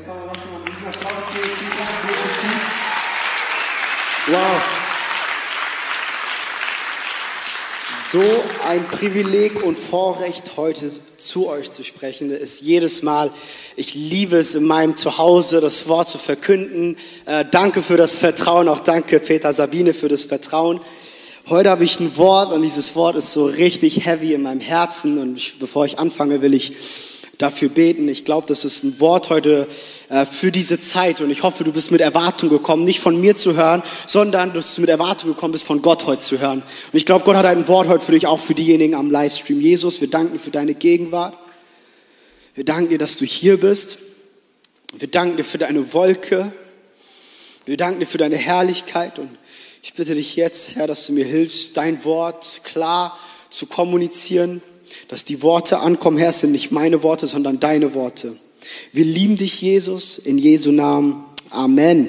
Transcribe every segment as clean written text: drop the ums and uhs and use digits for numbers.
Wow. So ein Privileg und Vorrecht, heute zu euch zu sprechen, ist jedes Mal. Ich liebe es, in meinem Zuhause das Wort zu verkünden. Danke für das Vertrauen, auch danke Peter, Sabine für das Vertrauen. Heute habe ich ein Wort und dieses Wort ist so richtig heavy in meinem Herzen und bevor ich anfange, will ich dafür beten. Ich glaube, das ist ein Wort heute für diese Zeit und ich hoffe, du bist mit Erwartung gekommen, nicht von mir zu hören, sondern dass du mit Erwartung gekommen bist, von Gott heute zu hören. Und ich glaube, Gott hat ein Wort heute für dich, auch für diejenigen am Livestream. Jesus, wir danken dir für deine Gegenwart. Wir danken dir, dass du hier bist. Wir danken dir für deine Wolke. Wir danken dir für deine Herrlichkeit und ich bitte dich jetzt, Herr, dass du mir hilfst, dein Wort klar zu kommunizieren, dass die Worte ankommen, Herr, es sind nicht meine Worte, sondern deine Worte. Wir lieben dich, Jesus, in Jesu Namen. Amen.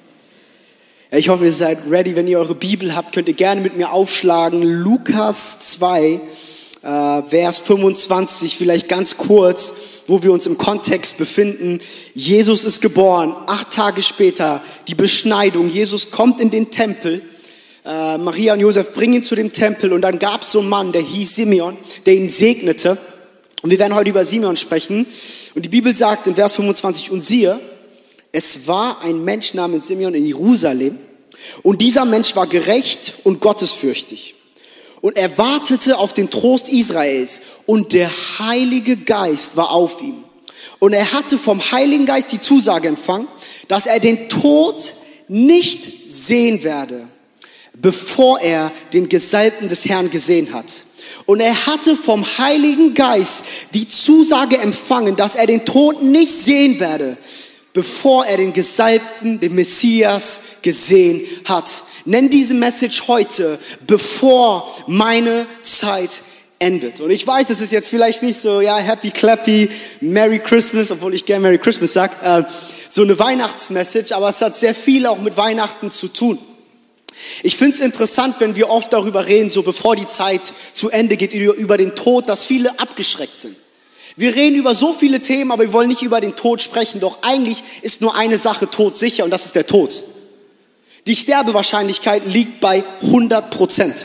Ja, ich hoffe, ihr seid ready. Wenn ihr eure Bibel habt, könnt ihr gerne mit mir aufschlagen. Lukas 2, Vers 25, vielleicht ganz kurz, wo wir uns im Kontext befinden. Jesus ist geboren, 8 Tage später, die Beschneidung. Jesus kommt in den Tempel. Maria und Josef bringen ihn zu dem Tempel und dann gab es so einen Mann, der hieß Simeon, der ihn segnete. Und wir werden heute über Simeon sprechen. Und die Bibel sagt in Vers 25, und siehe, es war ein Mensch namens Simeon in Jerusalem und dieser Mensch war gerecht und gottesfürchtig. Und er wartete auf den Trost Israels und der Heilige Geist war auf ihm. Und er hatte vom Heiligen Geist die Zusage empfangen, dass er den Tod nicht sehen werde, bevor er den Gesalbten des Herrn gesehen hat. Und er hatte vom Heiligen Geist die Zusage empfangen, dass er den Tod nicht sehen werde, bevor er den Gesalbten, den Messias, gesehen hat. Nenn diese Message heute, bevor meine Zeit endet. Und ich weiß, es ist jetzt vielleicht nicht so, ja, happy, clappy, Merry Christmas, obwohl ich gerne Merry Christmas sage, so eine Weihnachtsmessage, aber es hat sehr viel auch mit Weihnachten zu tun. Ich finde es interessant, wenn wir oft darüber reden, so bevor die Zeit zu Ende geht, über den Tod, dass viele abgeschreckt sind. Wir reden über so viele Themen, aber wir wollen nicht über den Tod sprechen. Doch eigentlich ist nur eine Sache todsicher und das ist der Tod. Die Sterbewahrscheinlichkeit liegt bei 100%.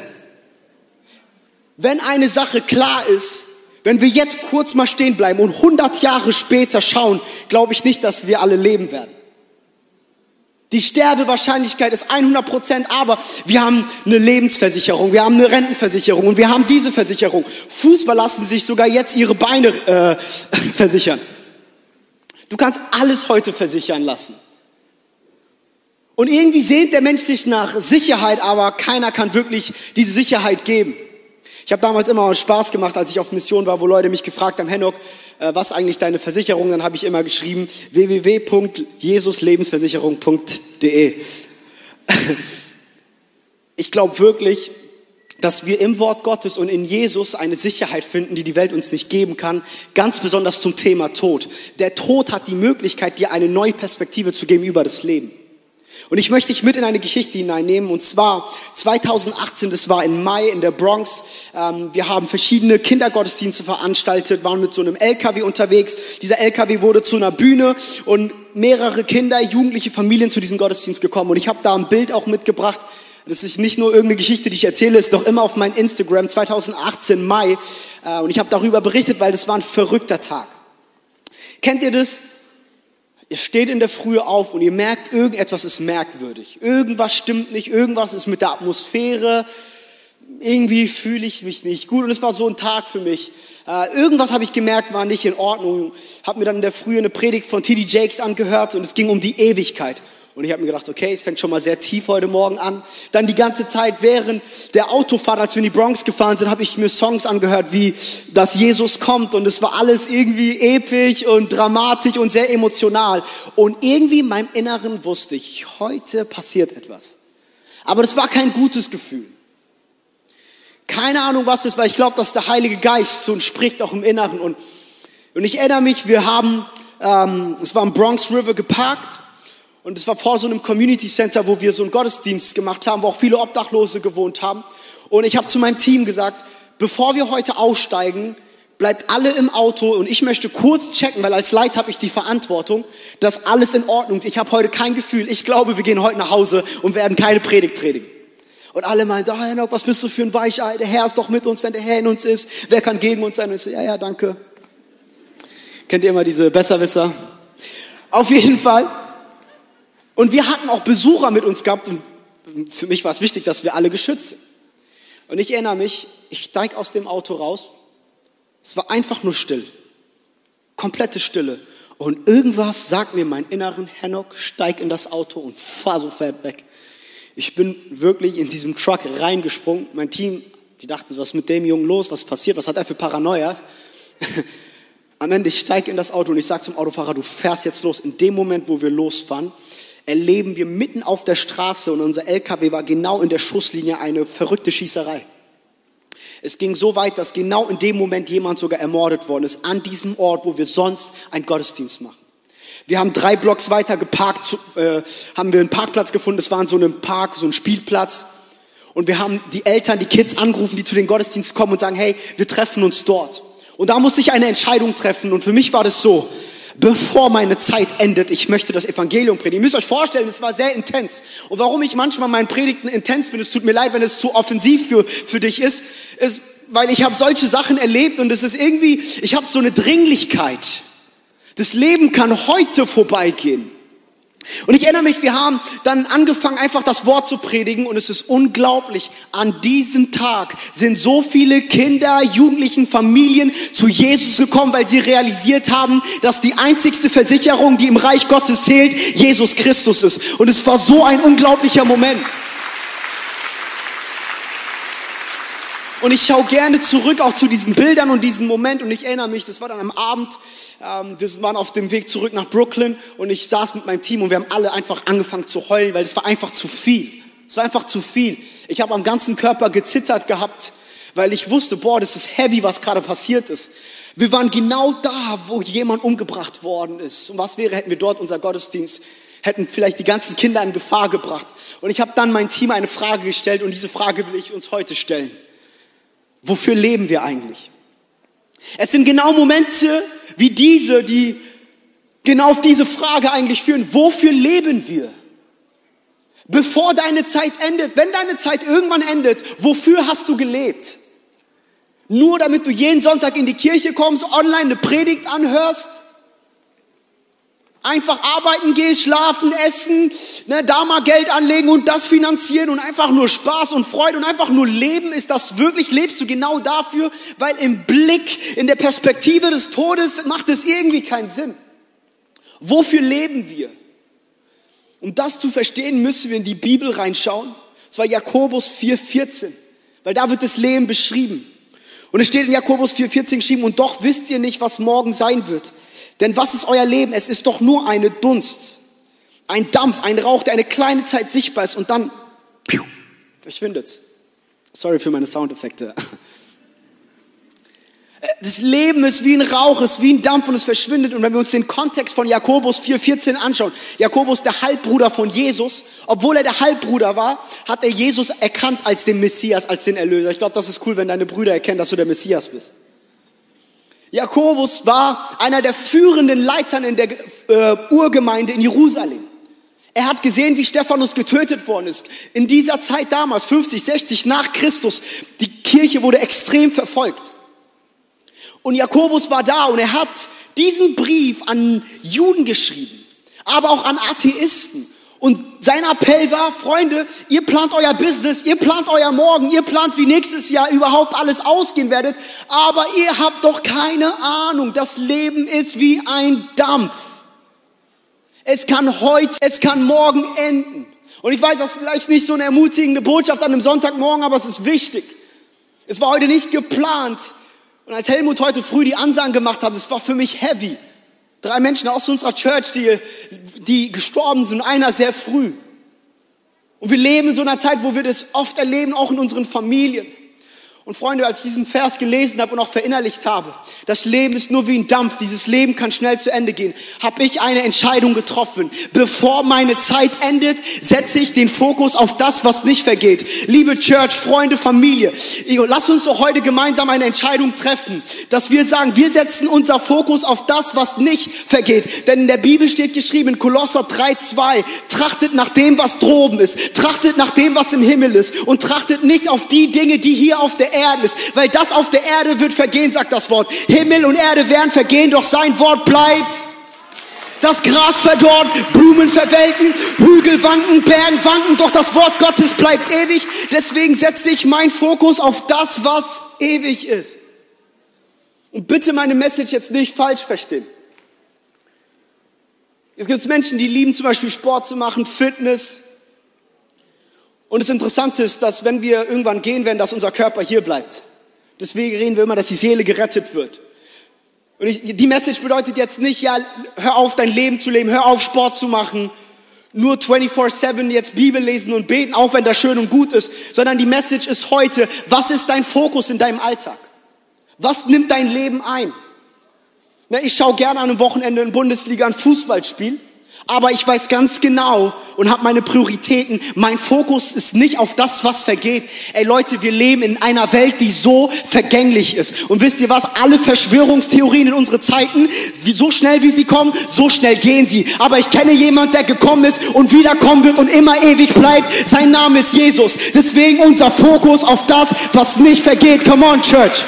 Wenn eine Sache klar ist, wenn wir jetzt kurz mal stehen bleiben und 100 Jahre später schauen, glaube ich nicht, dass wir alle leben werden. Die Sterbewahrscheinlichkeit ist 100%, aber wir haben eine Lebensversicherung, wir haben eine Rentenversicherung und wir haben diese Versicherung. Fußballer lassen sich sogar jetzt ihre Beine versichern. Du kannst alles heute versichern lassen. Und irgendwie sehnt der Mensch sich nach Sicherheit, aber keiner kann wirklich diese Sicherheit geben. Ich habe damals immer Spaß gemacht, als ich auf Mission war, wo Leute mich gefragt haben, Henok, was eigentlich deine Versicherung? Dann habe ich immer geschrieben, www.jesuslebensversicherung.de. Ich glaube wirklich, dass wir im Wort Gottes und in Jesus eine Sicherheit finden, die die Welt uns nicht geben kann, ganz besonders zum Thema Tod. Der Tod hat die Möglichkeit, dir eine neue Perspektive zu geben über das Leben. Und ich möchte dich mit in eine Geschichte hineinnehmen, und zwar 2018, das war im Mai in der Bronx. Wir haben verschiedene Kindergottesdienste veranstaltet, waren mit so einem LKW unterwegs. Dieser LKW wurde zu einer Bühne und mehrere Kinder, Jugendliche, Familien zu diesem Gottesdienst gekommen. Und ich habe da ein Bild auch mitgebracht. Das ist nicht nur irgendeine Geschichte, die ich erzähle, ist doch immer auf meinem Instagram, 2018 Mai. Und ich habe darüber berichtet, weil das war ein verrückter Tag. Kennt ihr das? Ihr steht in der Früh auf und ihr merkt, irgendetwas ist merkwürdig. Irgendwas stimmt nicht, irgendwas ist mit der Atmosphäre. Irgendwie fühle ich mich nicht gut und es war so ein Tag für mich. Irgendwas habe ich gemerkt, war nicht in Ordnung. Habe mir dann in der Früh eine Predigt von T.D. Jakes angehört und es ging um die Ewigkeit. Und ich habe mir gedacht, okay, es fängt schon mal sehr tief heute Morgen an. Dann die ganze Zeit während der Autofahrt, als wir in die Bronx gefahren sind, habe ich mir Songs angehört, wie dass Jesus kommt. Und es war alles irgendwie episch und dramatisch und sehr emotional. Und irgendwie in meinem Inneren wusste ich, heute passiert etwas. Aber das war kein gutes Gefühl. Keine Ahnung, was es war. Ich glaube, dass der Heilige Geist zu uns spricht, auch im Inneren. Und ich erinnere mich, es war am Bronx River geparkt. Und es war vor so einem Community Center, wo wir so einen Gottesdienst gemacht haben, wo auch viele Obdachlose gewohnt haben. Und ich habe zu meinem Team gesagt, bevor wir heute aussteigen, bleibt alle im Auto und ich möchte kurz checken, weil als Leiter habe ich die Verantwortung, dass alles in Ordnung ist. Ich habe heute kein Gefühl, ich glaube, wir gehen heute nach Hause und werden keine Predigt predigen. Und alle meinen, Henok, was bist du für ein Weichei, der Herr ist doch mit uns, wenn der Herr in uns ist, wer kann gegen uns sein? Und ich so, ja, danke. Kennt ihr immer diese Besserwisser? Auf jeden Fall. Und wir hatten auch Besucher mit uns gehabt und für mich war es wichtig, dass wir alle geschützt sind. Und ich erinnere mich, ich steige aus dem Auto raus, es war einfach nur still, komplette Stille. Und irgendwas sagt mir mein inneren Henok, steig in das Auto und fahr so fett weg. Ich bin wirklich in diesem Truck reingesprungen. Mein Team, die dachten, was ist mit dem Jungen los, was passiert, was hat er für Paranoias? Am Ende, ich steige in das Auto und ich sage zum Autofahrer, du fährst jetzt los. In dem Moment, wo wir losfahren, erleben wir mitten auf der Straße und unser LKW war genau in der Schusslinie eine verrückte Schießerei. Es ging so weit, dass genau in dem Moment jemand sogar ermordet worden ist, an diesem Ort, wo wir sonst einen Gottesdienst machen. Wir haben 3 Blocks weiter geparkt, haben wir einen Parkplatz gefunden, das war in so einem Park, so ein Spielplatz. Und wir haben die Eltern, die Kids angerufen, die zu den Gottesdiensten kommen und sagen, hey, wir treffen uns dort. Und da musste ich eine Entscheidung treffen und für mich war das so, bevor meine Zeit endet, ich möchte das Evangelium predigen. Ihr müsst euch vorstellen, es war sehr intens. Und warum ich manchmal meinen Predigten intens bin, es tut mir leid, wenn es zu offensiv für dich ist, weil ich habe solche Sachen erlebt und es ist irgendwie, ich habe so eine Dringlichkeit. Das Leben kann heute vorbeigehen. Und ich erinnere mich, wir haben dann angefangen, einfach das Wort zu predigen und es ist unglaublich. An diesem Tag sind so viele Kinder, Jugendlichen, Familien zu Jesus gekommen, weil sie realisiert haben, dass die einzigste Versicherung, die im Reich Gottes zählt, Jesus Christus ist. Und es war so ein unglaublicher Moment. Und ich schaue gerne zurück auch zu diesen Bildern und diesen Moment und ich erinnere mich, das war dann am Abend, wir waren auf dem Weg zurück nach Brooklyn und ich saß mit meinem Team und wir haben alle einfach angefangen zu heulen, weil es war einfach zu viel. Es war einfach zu viel. Ich habe am ganzen Körper gezittert gehabt, weil ich wusste, das ist heavy, was gerade passiert ist. Wir waren genau da, wo jemand umgebracht worden ist. Und was wäre, hätten wir dort unser Gottesdienst, hätten vielleicht die ganzen Kinder in Gefahr gebracht. Und ich habe dann meinem Team eine Frage gestellt und diese Frage will ich uns heute stellen. Wofür leben wir eigentlich? Es sind genau Momente wie diese, die genau auf diese Frage eigentlich führen. Wofür leben wir? Bevor deine Zeit endet, wenn deine Zeit irgendwann endet, wofür hast du gelebt? Nur damit du jeden Sonntag in die Kirche kommst, online eine Predigt anhörst? Einfach arbeiten gehst, schlafen, essen, da mal Geld anlegen und das finanzieren und einfach nur Spaß und Freude und einfach nur leben, ist das wirklich, lebst du genau dafür? Weil im Blick, in der Perspektive des Todes macht es irgendwie keinen Sinn. Wofür leben wir? Um das zu verstehen, müssen wir in die Bibel reinschauen. Das war Jakobus 4,14, weil da wird das Leben beschrieben. Und es steht in Jakobus 4,14 geschrieben, und doch wisst ihr nicht, was morgen sein wird. Denn was ist euer Leben? Es ist doch nur eine Dunst, ein Dampf, ein Rauch, der eine kleine Zeit sichtbar ist und dann verschwindet. Sorry für meine Soundeffekte. Das Leben ist wie ein Rauch, ist wie ein Dampf und es verschwindet. Und wenn wir uns den Kontext von Jakobus 4,14 anschauen, Jakobus, der Halbbruder von Jesus, obwohl er der Halbbruder war, hat er Jesus erkannt als den Messias, als den Erlöser. Ich glaube, das ist cool, wenn deine Brüder erkennen, dass du der Messias bist. Jakobus war einer der führenden Leitern in der Urgemeinde in Jerusalem. Er hat gesehen, wie Stephanus getötet worden ist. In dieser Zeit damals, 50, 60 nach Christus, die Kirche wurde extrem verfolgt. Und Jakobus war da und er hat diesen Brief an Juden geschrieben, aber auch an Atheisten. Und sein Appell war, Freunde, ihr plant euer Business, ihr plant euer Morgen, ihr plant, wie nächstes Jahr überhaupt alles ausgehen werdet, aber ihr habt doch keine Ahnung, das Leben ist wie ein Dampf. Es kann heute, es kann morgen enden. Und ich weiß, das ist vielleicht nicht so eine ermutigende Botschaft an einem Sonntagmorgen, aber es ist wichtig. Es war heute nicht geplant. Und als Helmut heute früh die Ansagen gemacht hat, es war für mich heavy. 3 Menschen aus unserer Church, die gestorben sind, einer sehr früh. Und wir leben in so einer Zeit, wo wir das oft erleben, auch in unseren Familien. Und Freunde, als ich diesen Vers gelesen habe und auch verinnerlicht habe, das Leben ist nur wie ein Dampf, dieses Leben kann schnell zu Ende gehen, habe ich eine Entscheidung getroffen. Bevor meine Zeit endet, setze ich den Fokus auf das, was nicht vergeht. Liebe Church, Freunde, Familie, lasst uns doch heute gemeinsam eine Entscheidung treffen, dass wir sagen, wir setzen unser Fokus auf das, was nicht vergeht. Denn in der Bibel steht geschrieben, in Kolosser 3,2, trachtet nach dem, was droben ist, trachtet nach dem, was im Himmel ist und trachtet nicht auf die Dinge, die hier auf der Erde ist, weil das auf der Erde wird vergehen, sagt das Wort. Himmel und Erde werden vergehen, doch sein Wort bleibt. Das Gras verdorrt, Blumen verwelken, Hügel wanken, Berge wanken, doch das Wort Gottes bleibt ewig. Deswegen setze ich meinen Fokus auf das, was ewig ist. Und bitte meine Message jetzt nicht falsch verstehen. Es gibt Menschen, die lieben zum Beispiel Sport zu machen, Fitness. Und das Interessante ist, dass wenn wir irgendwann gehen werden, dass unser Körper hier bleibt. Deswegen reden wir immer, dass die Seele gerettet wird. Und die Message bedeutet jetzt nicht, ja, hör auf dein Leben zu leben, hör auf Sport zu machen, nur 24/7 jetzt Bibel lesen und beten, auch wenn das schön und gut ist. Sondern die Message ist heute, was ist dein Fokus in deinem Alltag? Was nimmt dein Leben ein? Ich schaue gerne an einem Wochenende in Bundesliga ein Fußballspiel. Aber ich weiß ganz genau und habe meine Prioritäten. Mein Fokus ist nicht auf das, was vergeht. Ey Leute, wir leben in einer Welt, die so vergänglich ist. Und wisst ihr was? Alle Verschwörungstheorien in unsere Zeiten, so schnell wie sie kommen, so schnell gehen sie. Aber ich kenne jemanden, der gekommen ist und wiederkommen wird und immer ewig bleibt. Sein Name ist Jesus. Deswegen unser Fokus auf das, was nicht vergeht. Come on, Church.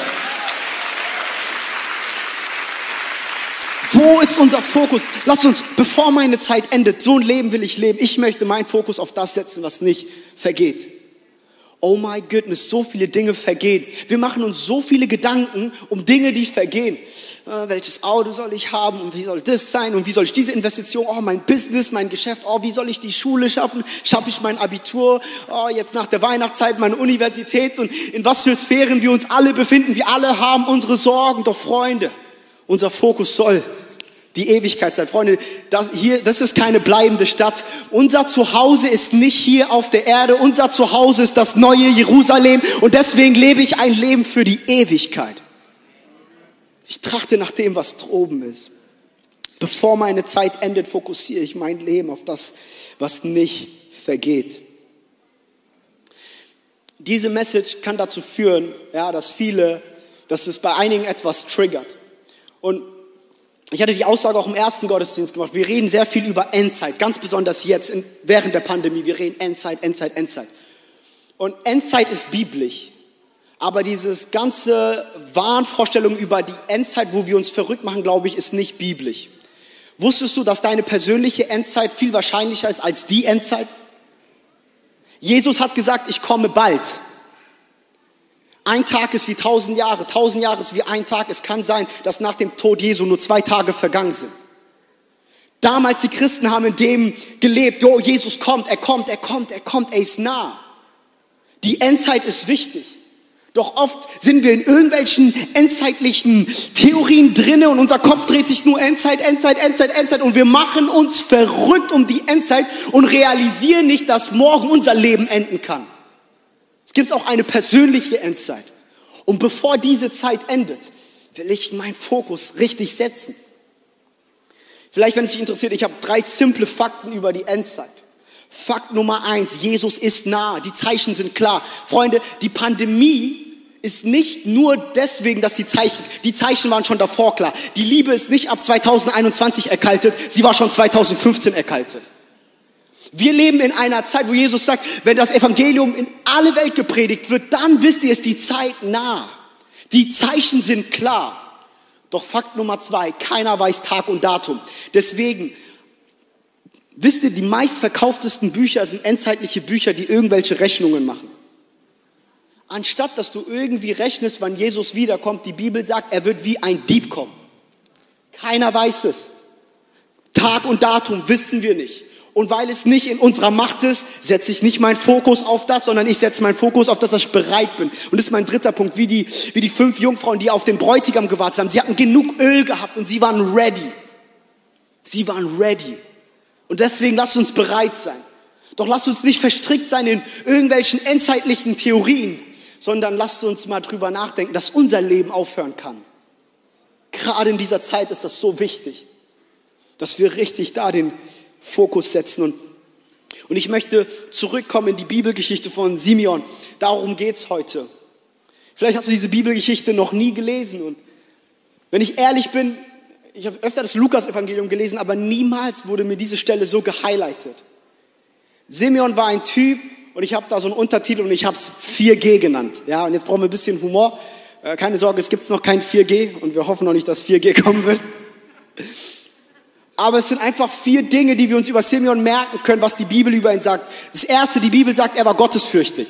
Wo ist unser Fokus? Lasst uns, bevor meine Zeit endet, so ein Leben will ich leben. Ich möchte meinen Fokus auf das setzen, was nicht vergeht. Oh my goodness, so viele Dinge vergehen. Wir machen uns so viele Gedanken um Dinge, die vergehen. Welches Auto soll ich haben und wie soll das sein und wie soll ich diese Investition, mein Business, mein Geschäft, wie soll ich die Schule schaffen? Schaffe ich mein Abitur? Jetzt nach der Weihnachtszeit meine Universität und in was für Sphären wir uns alle befinden. Wir alle haben unsere Sorgen, doch Freunde, unser Fokus soll die Ewigkeit sein. Freunde, das ist keine bleibende Stadt. Unser Zuhause ist nicht hier auf der Erde. Unser Zuhause ist das neue Jerusalem. Und deswegen lebe ich ein Leben für die Ewigkeit. Ich trachte nach dem, was droben ist. Bevor meine Zeit endet, fokussiere ich mein Leben auf das, was nicht vergeht. Diese Message kann dazu führen, dass es bei einigen etwas triggert. Und ich hatte die Aussage auch im ersten Gottesdienst gemacht. Wir reden sehr viel über Endzeit, ganz besonders jetzt während der Pandemie. Wir reden Endzeit. Und Endzeit ist biblisch. Aber dieses ganze Wahnvorstellung über die Endzeit, wo wir uns verrückt machen, glaube ich, ist nicht biblisch. Wusstest du, dass deine persönliche Endzeit viel wahrscheinlicher ist als die Endzeit? Jesus hat gesagt, ich komme bald. Ein Tag ist wie 1000 Jahre, 1000 Jahre ist wie ein Tag. Es kann sein, dass nach dem Tod Jesu nur 2 Tage vergangen sind. Damals die Christen haben in dem gelebt, Jesus kommt, er ist nah. Die Endzeit ist wichtig. Doch oft sind wir in irgendwelchen endzeitlichen Theorien drinne und unser Kopf dreht sich nur Endzeit und wir machen uns verrückt um die Endzeit und realisieren nicht, dass morgen unser Leben enden kann. Es gibt auch eine persönliche Endzeit. Und bevor diese Zeit endet, will ich meinen Fokus richtig setzen. Vielleicht, wenn es dich interessiert, ich habe 3 simple Fakten über die Endzeit. Fakt Nummer 1, Jesus ist nah, die Zeichen sind klar. Freunde, die Pandemie ist nicht nur deswegen, dass die Zeichen waren schon davor klar. Die Liebe ist nicht ab 2021 erkaltet, sie war schon 2015 erkaltet. Wir leben in einer Zeit, wo Jesus sagt, wenn das Evangelium in alle Welt gepredigt wird, dann wisst ihr, ist die Zeit nah. Die Zeichen sind klar. Doch Fakt Nummer 2, keiner weiß Tag und Datum. Deswegen, wisst ihr, die meistverkauftesten Bücher sind endzeitliche Bücher, die irgendwelche Rechnungen machen. Anstatt, dass du irgendwie rechnest, wann Jesus wiederkommt, die Bibel sagt, er wird wie ein Dieb kommen. Keiner weiß es. Tag und Datum wissen wir nicht. Und weil es nicht in unserer Macht ist, setze ich nicht meinen Fokus auf das, sondern ich setze meinen Fokus auf das, dass ich bereit bin. Und das ist mein 3. Punkt, wie die 5 Jungfrauen, die auf den Bräutigam gewartet haben. Sie hatten genug Öl gehabt und sie waren ready. Sie waren ready. Und deswegen lasst uns bereit sein. Doch lasst uns nicht verstrickt sein in irgendwelchen endzeitlichen Theorien, sondern lasst uns mal drüber nachdenken, dass unser Leben aufhören kann. Gerade in dieser Zeit ist das so wichtig, dass wir richtig da den Fokus setzen. Und ich möchte zurückkommen in die Bibelgeschichte von Simeon. Darum geht's heute. Vielleicht hast du diese Bibelgeschichte noch nie gelesen. Und wenn ich ehrlich bin, ich habe öfter das Lukas-Evangelium gelesen, aber niemals wurde mir diese Stelle so gehighlightet. Simeon war ein Typ, und ich habe da so einen Untertitel und ich habe es 4G genannt. Ja, und jetzt brauchen wir ein bisschen Humor. Keine Sorge, es gibt noch kein 4G und wir hoffen noch nicht, dass 4G kommen wird. Aber es sind einfach 4 Dinge, die wir uns über Simeon merken können, was die Bibel über ihn sagt. Das erste, die Bibel sagt, er war gottesfürchtig.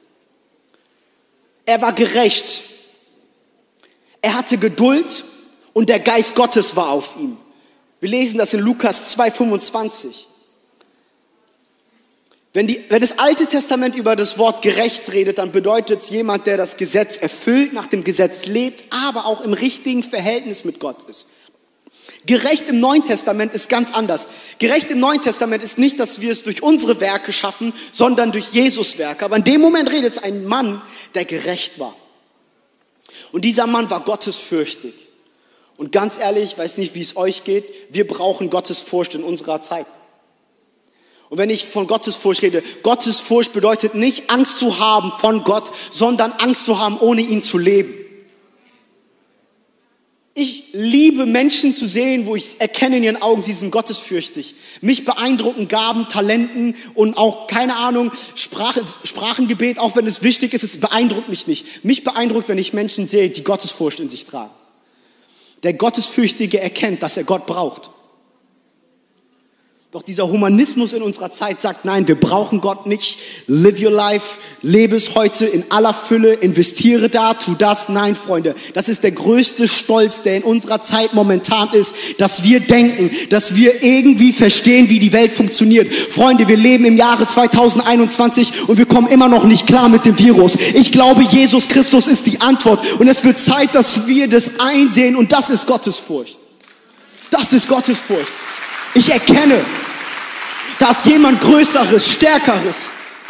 Er war gerecht. Er hatte Geduld und der Geist Gottes war auf ihm. Wir lesen das in Lukas 2,25. Wenn das Alte Testament über das Wort gerecht redet, dann bedeutet es jemand, der das Gesetz erfüllt, nach dem Gesetz lebt, aber auch im richtigen Verhältnis mit Gott ist. Gerecht im Neuen Testament ist ganz anders. Gerecht im Neuen Testament ist nicht, dass wir es durch unsere Werke schaffen, sondern durch Jesus Werke. Aber in dem Moment redet es ein Mann, der gerecht war. Und dieser Mann war gottesfürchtig. Und ganz ehrlich, ich weiß nicht, wie es euch geht, wir brauchen Gottesfurcht in unserer Zeit. Und wenn ich von Gottesfurcht rede, Gottesfurcht bedeutet nicht Angst zu haben von Gott, sondern Angst zu haben, ohne ihn zu leben. Ich liebe Menschen zu sehen, wo ich erkenne in ihren Augen, sie sind gottesfürchtig. Mich beeindrucken Gaben, Talenten und auch, keine Ahnung, Sprachengebet, auch wenn es wichtig ist, es beeindruckt mich nicht. Mich beeindruckt, wenn ich Menschen sehe, die Gottesfurcht in sich tragen. Der Gottesfürchtige erkennt, dass er Gott braucht. Doch dieser Humanismus in unserer Zeit sagt, nein, wir brauchen Gott nicht. Live your life, lebe es heute in aller Fülle, investiere da, tu das. Nein, Freunde, das ist der größte Stolz, der in unserer Zeit momentan ist, dass wir denken, dass wir irgendwie verstehen, wie die Welt funktioniert. Freunde, wir leben im Jahre 2021 und wir kommen immer noch nicht klar mit dem Virus. Ich glaube, Jesus Christus ist die Antwort und es wird Zeit, dass wir das einsehen und das ist Gottesfurcht. Das ist Gottesfurcht. Ich erkenne, dass jemand Größeres, Stärkeres.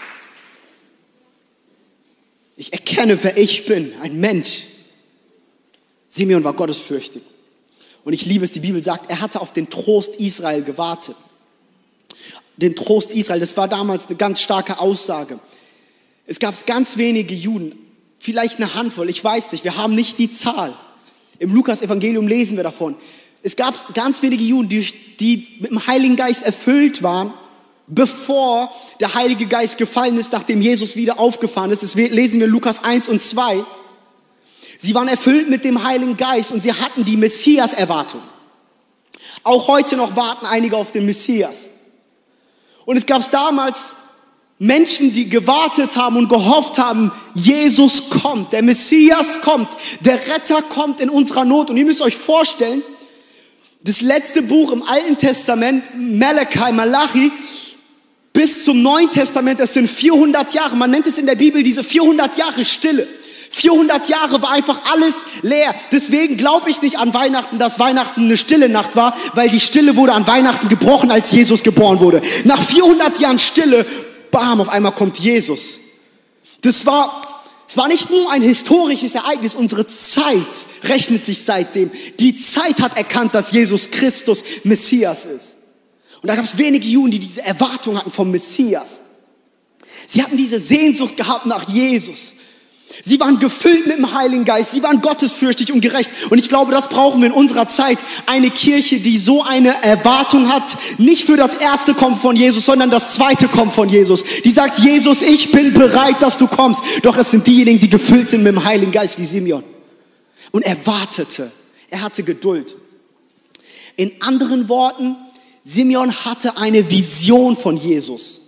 Ich erkenne, wer ich bin, ein Mensch. Simeon war gottesfürchtig. Und ich liebe es, die Bibel sagt, er hatte auf den Trost Israel gewartet. Den Trost Israel, das war damals eine ganz starke Aussage. Es gab ganz wenige Juden, vielleicht eine Handvoll, ich weiß nicht, wir haben nicht die Zahl. Im Lukas-Evangelium lesen wir davon. Es gab ganz wenige Juden, die mit dem Heiligen Geist erfüllt waren, bevor der Heilige Geist gefallen ist, nachdem Jesus wieder aufgefahren ist. Das lesen wir in Lukas 1 und 2. Sie waren erfüllt mit dem Heiligen Geist und sie hatten die Messias-Erwartung. Auch heute noch warten einige auf den Messias. Und es gab damals Menschen, die gewartet haben und gehofft haben, Jesus kommt, der Messias kommt, der Retter kommt in unserer Not. Und ihr müsst euch vorstellen, das letzte Buch im Alten Testament, Malachi, bis zum Neuen Testament, das sind 400 Jahre. Man nennt es in der Bibel diese 400 Jahre Stille. 400 Jahre war einfach alles leer. Deswegen glaube ich nicht an Weihnachten, dass Weihnachten eine stille Nacht war, weil die Stille wurde an Weihnachten gebrochen, als Jesus geboren wurde. Nach 400 Jahren Stille, bam, auf einmal kommt Jesus. Es war nicht nur ein historisches Ereignis, unsere Zeit rechnet sich seitdem. Die Zeit hat erkannt, dass Jesus Christus Messias ist. Und da gab es wenige Juden, die diese Erwartung hatten vom Messias. Sie hatten diese Sehnsucht gehabt nach Jesus. Sie waren gefüllt mit dem Heiligen Geist, sie waren gottesfürchtig und gerecht. Und ich glaube, das brauchen wir in unserer Zeit. Eine Kirche, die so eine Erwartung hat, nicht für das erste Kommen von Jesus, sondern das zweite Kommen von Jesus. Die sagt, Jesus, ich bin bereit, dass du kommst. Doch es sind diejenigen, die gefüllt sind mit dem Heiligen Geist wie Simeon. Und er wartete, er hatte Geduld. In anderen Worten, Simeon hatte eine Vision von Jesus.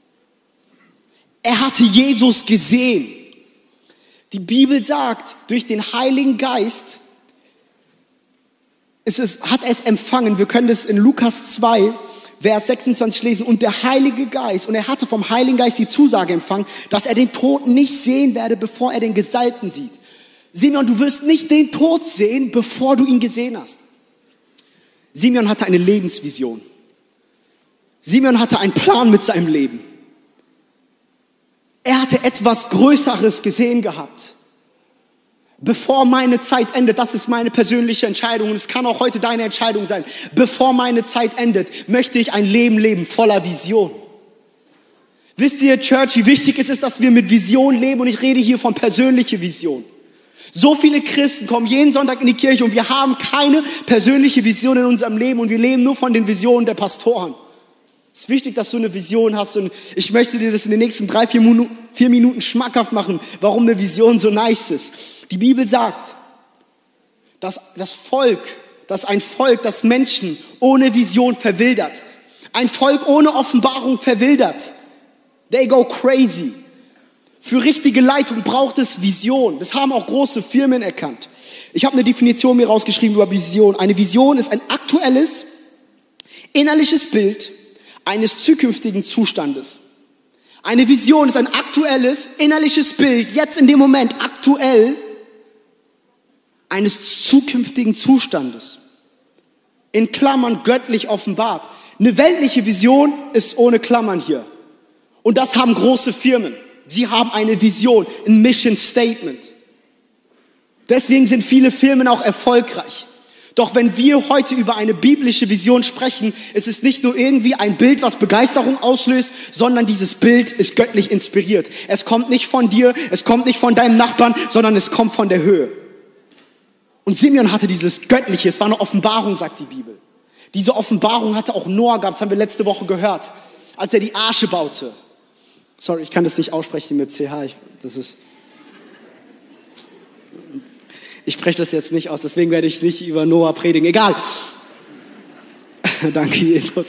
Er hatte Jesus gesehen. Die Bibel sagt, durch den Heiligen Geist hat er es empfangen. Wir können das in Lukas 2, Vers 26 lesen. Und der Heilige Geist, und er hatte vom Heiligen Geist die Zusage empfangen, dass er den Toten nicht sehen werde, bevor er den Gesalbten sieht. Simeon, du wirst nicht den Tod sehen, bevor du ihn gesehen hast. Simeon hatte eine Lebensvision. Simeon hatte einen Plan mit seinem Leben. Er hatte etwas Größeres gesehen gehabt. Bevor meine Zeit endet, das ist meine persönliche Entscheidung und es kann auch heute deine Entscheidung sein. Bevor meine Zeit endet, möchte ich ein Leben leben voller Vision. Wisst ihr, Church, wie wichtig es ist, dass wir mit Vision leben und ich rede hier von persönlicher Vision. So viele Christen kommen jeden Sonntag in die Kirche und wir haben keine persönliche Vision in unserem Leben und wir leben nur von den Visionen der Pastoren. Es ist wichtig, dass du eine Vision hast und ich möchte dir das in den nächsten 4 Minuten schmackhaft machen, warum eine Vision so nice ist. Die Bibel sagt, dass ein Volk, das Menschen ohne Vision verwildert. Ein Volk ohne Offenbarung verwildert. They go crazy. Für richtige Leitung braucht es Vision. Das haben auch große Firmen erkannt. Ich habe eine Definition mir rausgeschrieben über Vision. Eine Vision ist ein aktuelles, innerliches Bild eines zukünftigen Zustandes. Eine Vision ist ein aktuelles, innerliches Bild, jetzt in dem Moment aktuell, eines zukünftigen Zustandes. In Klammern göttlich offenbart. Eine weltliche Vision ist ohne Klammern hier. Und das haben große Firmen. Sie haben eine Vision, ein Mission Statement. Deswegen sind viele Firmen auch erfolgreich. Doch wenn wir heute über eine biblische Vision sprechen, ist es nicht nur irgendwie ein Bild, was Begeisterung auslöst, sondern dieses Bild ist göttlich inspiriert. Es kommt nicht von dir, es kommt nicht von deinem Nachbarn, sondern es kommt von der Höhe. Und Simeon hatte dieses Göttliche, es war eine Offenbarung, sagt die Bibel. Diese Offenbarung hatte auch Noah gehabt, das haben wir letzte Woche gehört, als er die Arche baute. Sorry, ich kann das nicht aussprechen mit CH, ich spreche das jetzt nicht aus, deswegen werde ich nicht über Noah predigen. Egal. Danke, Jesus.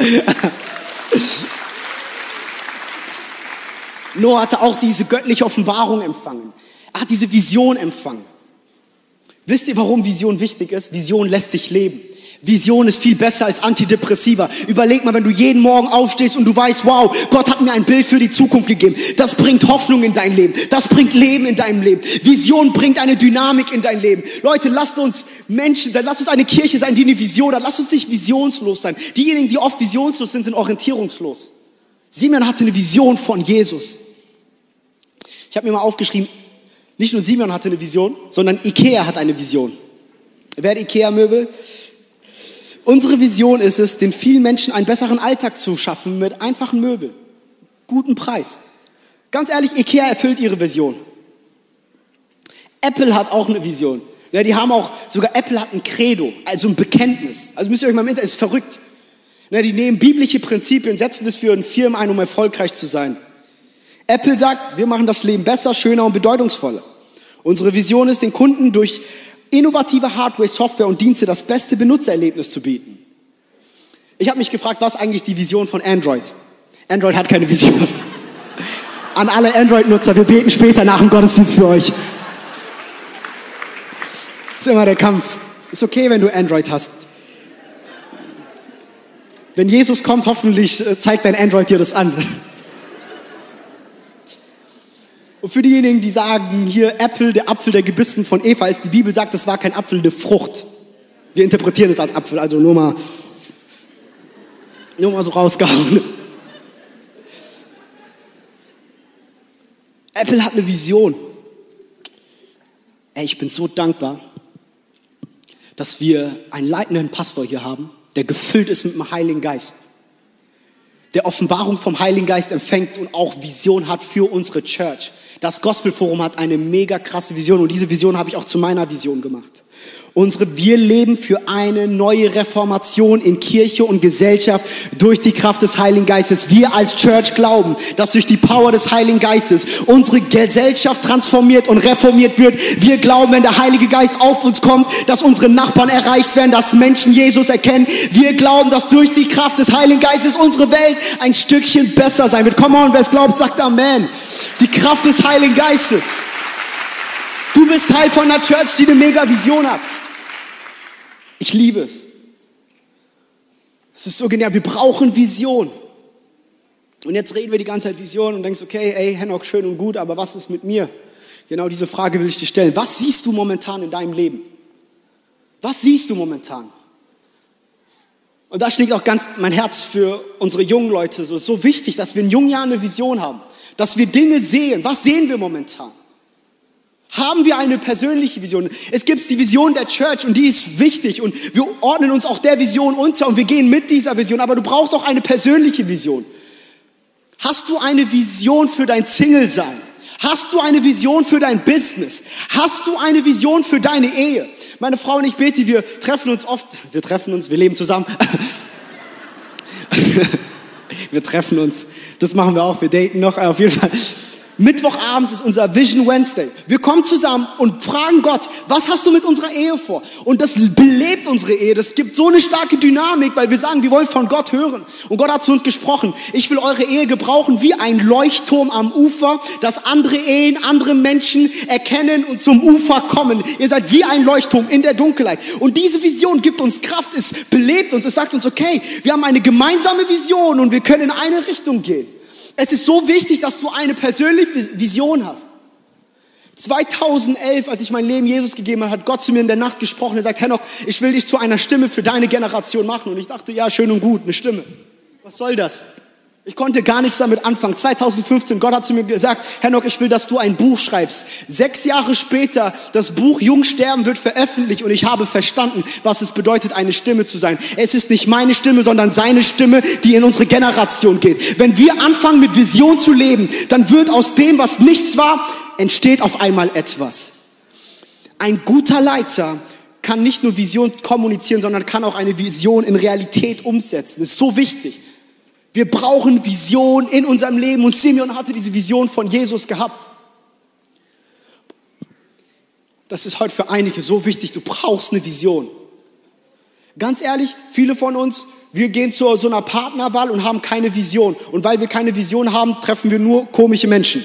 Noah hatte auch diese göttliche Offenbarung empfangen. Er hat diese Vision empfangen. Wisst ihr, warum Vision wichtig ist? Vision lässt dich leben. Vision ist viel besser als Antidepressiva. Überleg mal, wenn du jeden Morgen aufstehst und du weißt, wow, Gott hat mir ein Bild für die Zukunft gegeben. Das bringt Hoffnung in dein Leben. Das bringt Leben in deinem Leben. Vision bringt eine Dynamik in dein Leben. Leute, lasst uns Menschen sein. Lasst uns eine Kirche sein, die eine Vision hat. Lasst uns nicht visionslos sein. Diejenigen, die oft visionslos sind, sind orientierungslos. Simeon hatte eine Vision von Jesus. Ich habe mir mal aufgeschrieben, nicht nur Simeon hatte eine Vision, sondern Ikea hat eine Vision. Wer hat Ikea-Möbel? Unsere Vision ist es, den vielen Menschen einen besseren Alltag zu schaffen mit einfachen Möbeln. Guten Preis. Ganz ehrlich, Ikea erfüllt ihre Vision. Apple hat auch eine Vision. Ja, sogar Apple hat ein Credo, also ein Bekenntnis. Also müsst ihr euch mal im Internet, ist verrückt. Ja, die nehmen biblische Prinzipien, setzen das für Firmen ein, um erfolgreich zu sein. Apple sagt, wir machen das Leben besser, schöner und bedeutungsvoller. Unsere Vision ist, den Kunden durch innovative Hardware, Software und Dienste das beste Benutzererlebnis zu bieten. Ich habe mich gefragt, was eigentlich die Vision von Android? Android hat keine Vision. An alle Android-Nutzer, wir beten später nach dem Gottesdienst für euch. Das ist immer der Kampf. Ist okay, wenn du Android hast. Wenn Jesus kommt, hoffentlich zeigt dein Android dir das an. Und für diejenigen, die sagen, hier Äpfel, der Apfel, der gebissen von Eva ist, die Bibel sagt, das war kein Apfel, eine Frucht. Wir interpretieren es als Apfel, also nur mal so rausgehauen. Apple hat eine Vision. Ich bin so dankbar, dass wir einen leitenden Pastor hier haben, der gefüllt ist mit dem Heiligen Geist. Der Offenbarung vom Heiligen Geist empfängt und auch Vision hat für unsere Church. Das Gospelforum hat eine mega krasse Vision und diese Vision habe ich auch zu meiner Vision gemacht. Wir leben für eine neue Reformation in Kirche und Gesellschaft durch die Kraft des Heiligen Geistes. Wir als Church glauben, dass durch die Power des Heiligen Geistes unsere Gesellschaft transformiert und reformiert wird. Wir glauben, wenn der Heilige Geist auf uns kommt, dass unsere Nachbarn erreicht werden, dass Menschen Jesus erkennen. Wir glauben, dass durch die Kraft des Heiligen Geistes unsere Welt ein Stückchen besser sein wird. Come on, wer es glaubt, sagt Amen. Die Kraft des Heiligen Geistes. Du bist Teil von einer Church, die eine mega Vision hat. Ich liebe es. Es ist so genial. Wir brauchen Vision. Und jetzt reden wir die ganze Zeit Vision und denkst, okay, ey, Henok, schön und gut, aber was ist mit mir? Genau diese Frage will ich dir stellen. Was siehst du momentan in deinem Leben? Was siehst du momentan? Und da schlägt auch ganz mein Herz für unsere jungen Leute. Es ist so wichtig, dass wir in jungen Jahren eine Vision haben. dass wir Dinge sehen. Was sehen wir momentan? Haben wir eine persönliche Vision? Es gibt die Vision der Church und die ist wichtig und wir ordnen uns auch der Vision unter und wir gehen mit dieser Vision, aber du brauchst auch eine persönliche Vision. Hast du eine Vision für dein Single-Sein? Hast du eine Vision für dein Business? Hast du eine Vision für deine Ehe? Meine Frau und ich, Betty, wir leben zusammen. Wir treffen uns, das machen wir auch, wir daten noch, auf jeden Fall. Mittwochabends ist unser Vision Wednesday. Wir kommen zusammen und fragen Gott, was hast du mit unserer Ehe vor? Und das belebt unsere Ehe. Das gibt so eine starke Dynamik, weil wir sagen, wir wollen von Gott hören. Und Gott hat zu uns gesprochen. Ich will eure Ehe gebrauchen wie ein Leuchtturm am Ufer, dass andere Ehen, andere Menschen erkennen und zum Ufer kommen. Ihr seid wie ein Leuchtturm in der Dunkelheit. Und diese Vision gibt uns Kraft, es belebt uns, es sagt uns, okay, wir haben eine gemeinsame Vision und wir können in eine Richtung gehen. Es ist so wichtig, dass du eine persönliche Vision hast. 2011, als ich mein Leben Jesus gegeben habe, hat Gott zu mir in der Nacht gesprochen. Er sagt, Henoch, ich will dich zu einer Stimme für deine Generation machen. Und ich dachte, ja, schön und gut, eine Stimme. Was soll das? Ich konnte gar nichts damit anfangen. 2015, Gott hat zu mir gesagt, Henoch, ich will, dass du ein Buch schreibst. 6 Jahre später, das Buch Jung sterben wird veröffentlicht und ich habe verstanden, was es bedeutet, eine Stimme zu sein. Es ist nicht meine Stimme, sondern seine Stimme, die in unsere Generation geht. Wenn wir anfangen, mit Vision zu leben, dann wird aus dem, was nichts war, entsteht auf einmal etwas. Ein guter Leiter kann nicht nur Vision kommunizieren, sondern kann auch eine Vision in Realität umsetzen. Das ist so wichtig. Wir brauchen Vision in unserem Leben und Simeon hatte diese Vision von Jesus gehabt. Das ist heute für einige so wichtig, du brauchst eine Vision. Ganz ehrlich, viele von uns, wir gehen zu so einer Partnerwahl und haben keine Vision. Und weil wir keine Vision haben, treffen wir nur komische Menschen.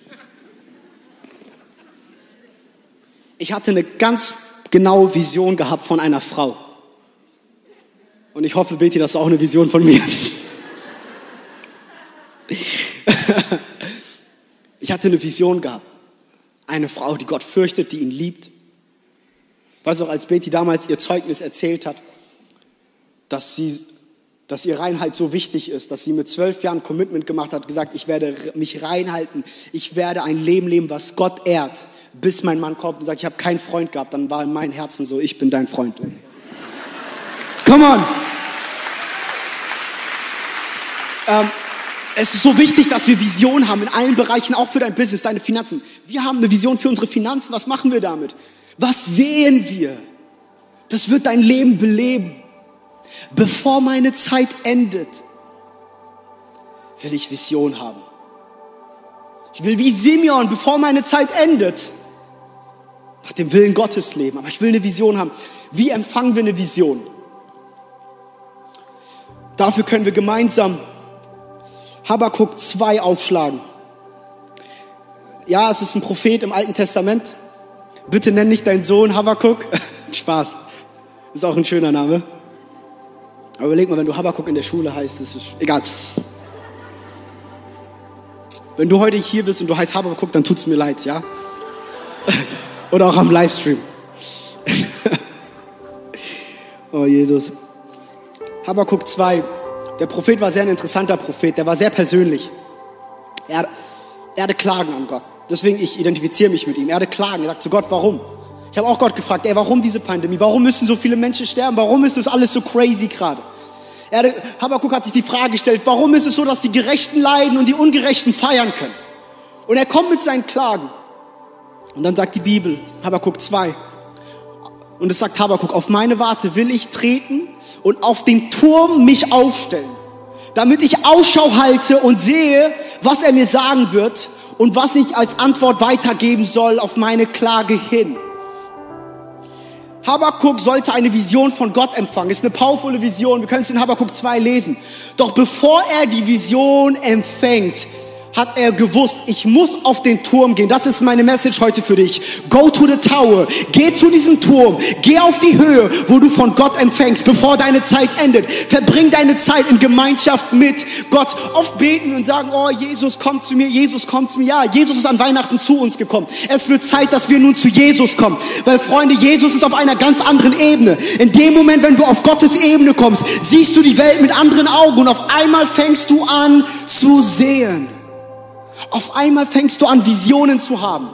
Ich hatte eine ganz genaue Vision gehabt von einer Frau. Und ich hoffe, Betty, dass du auch eine Vision von mir hast. Ich hatte eine Vision gehabt. Eine Frau, die Gott fürchtet, die ihn liebt. Weißt du, als Betty damals ihr Zeugnis erzählt hat, dass ihr Reinheit so wichtig ist, dass sie mit 12 Jahren Commitment gemacht hat, gesagt, ich werde mich reinhalten, ich werde ein Leben leben, was Gott ehrt, bis mein Mann kommt und sagt, ich habe keinen Freund gehabt, dann war in meinem Herzen so, ich bin dein Freund. Come on! Es ist so wichtig, dass wir Vision haben in allen Bereichen, auch für dein Business, deine Finanzen. Wir haben eine Vision für unsere Finanzen. Was machen wir damit? Was sehen wir? Das wird dein Leben beleben. Bevor meine Zeit endet, will ich Vision haben. Ich will wie Simeon, bevor meine Zeit endet, nach dem Willen Gottes leben. Aber ich will eine Vision haben. Wie empfangen wir eine Vision? Dafür können wir gemeinsam Habakuk 2 aufschlagen. Ja, es ist ein Prophet im Alten Testament. Bitte nenn nicht deinen Sohn Habakuk. Spaß. Ist auch ein schöner Name. Aber überleg mal, wenn du Habakuk in der Schule heißt, das ist egal. Wenn du heute hier bist und du heißt Habakuk, dann tut's mir leid, ja? Oder auch am Livestream. Oh Jesus. Habakuk 2. Der Prophet war sehr ein interessanter Prophet, der war sehr persönlich. Er hatte Klagen an Gott. Deswegen, ich identifiziere mich mit ihm. Er hatte Klagen. Er sagt zu Gott, warum? Ich habe auch Gott gefragt, warum diese Pandemie? Warum müssen so viele Menschen sterben? Warum ist das alles so crazy gerade? Habakuk hat sich die Frage gestellt, warum ist es so, dass die Gerechten leiden und die Ungerechten feiern können? Und er kommt mit seinen Klagen. Und dann sagt die Bibel, Habakuk 2, und es sagt Habakuk, auf meine Warte will ich treten und auf den Turm mich aufstellen, damit ich Ausschau halte und sehe, was er mir sagen wird und was ich als Antwort weitergeben soll auf meine Klage hin. Habakuk sollte eine Vision von Gott empfangen. Das ist eine powervolle Vision. Wir können es in Habakuk 2 lesen. Doch bevor er die Vision empfängt, hat er gewusst, ich muss auf den Turm gehen. Das ist meine Message heute für dich. Go to the tower. Geh zu diesem Turm. Geh auf die Höhe, wo du von Gott empfängst, bevor deine Zeit endet. Verbring deine Zeit in Gemeinschaft mit Gott. Oft beten und sagen, oh, Jesus kommt zu mir, Jesus kommt zu mir. Ja, Jesus ist an Weihnachten zu uns gekommen. Es wird Zeit, dass wir nun zu Jesus kommen. Weil, Freunde, Jesus ist auf einer ganz anderen Ebene. In dem Moment, wenn du auf Gottes Ebene kommst, siehst du die Welt mit anderen Augen und auf einmal fängst du an zu sehen. Auf einmal fängst du an, Visionen zu haben.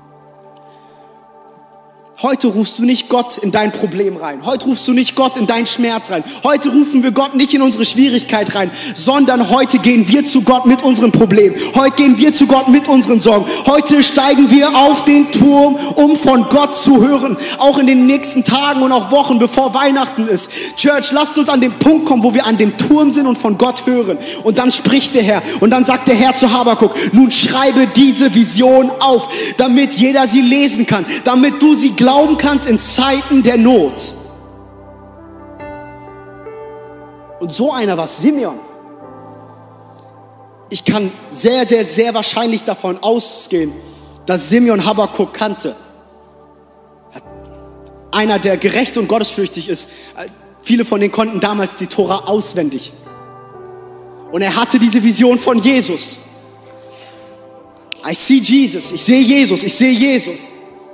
Heute rufst du nicht Gott in dein Problem rein. Heute rufst du nicht Gott in deinen Schmerz rein. Heute rufen wir Gott nicht in unsere Schwierigkeit rein, sondern heute gehen wir zu Gott mit unseren Problemen. Heute gehen wir zu Gott mit unseren Sorgen. Heute steigen wir auf den Turm, um von Gott zu hören. Auch in den nächsten Tagen und auch Wochen, bevor Weihnachten ist. Church, lasst uns an den Punkt kommen, wo wir an dem Turm sind und von Gott hören. Und dann spricht der Herr. Und dann sagt der Herr zu Habakuk, nun schreibe diese Vision auf, damit jeder sie lesen kann, damit du sie glauben kannst in Zeiten der Not. Und so einer war Simeon. Ich kann sehr, sehr, sehr wahrscheinlich davon ausgehen, dass Simeon Habakuk kannte. Einer, der gerecht und gottesfürchtig ist. Viele von denen konnten damals die Tora auswendig. Und er hatte diese Vision von Jesus. I see Jesus. Ich sehe Jesus. Ich sehe Jesus.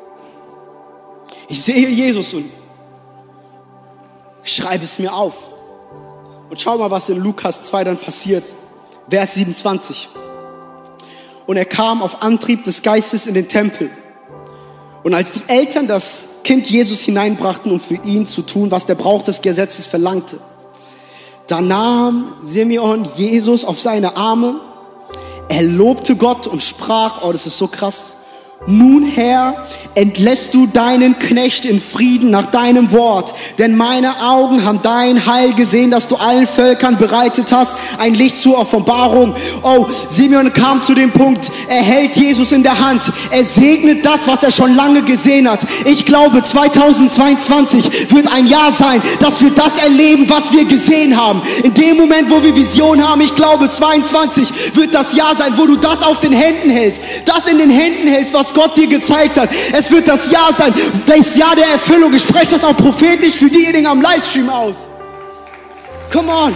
Ich sehe Jesus und schreibe es mir auf. Und schau mal, was in Lukas 2 dann passiert. Vers 27. Und er kam auf Antrieb des Geistes in den Tempel. Und als die Eltern das Kind Jesus hineinbrachten, um für ihn zu tun, was der Brauch des Gesetzes verlangte, da nahm Simeon Jesus auf seine Arme. Er lobte Gott und sprach, oh, das ist so krass. Nun, Herr, entlässt du deinen Knecht in Frieden nach deinem Wort, denn meine Augen haben dein Heil gesehen, das du allen Völkern bereitet hast, ein Licht zur Offenbarung. Oh, Simeon kam zu dem Punkt, er hält Jesus in der Hand, er segnet das, was er schon lange gesehen hat. Ich glaube, 2022 wird ein Jahr sein, dass wir das erleben, was wir gesehen haben. In dem Moment, wo wir Vision haben, ich glaube, 22 wird das Jahr sein, wo du das auf den Händen hältst, das in den Händen hältst, was Gott dir gezeigt hat. Es wird das Jahr sein, das Jahr der Erfüllung. Ich spreche das auch prophetisch für diejenigen am Livestream aus. Come on.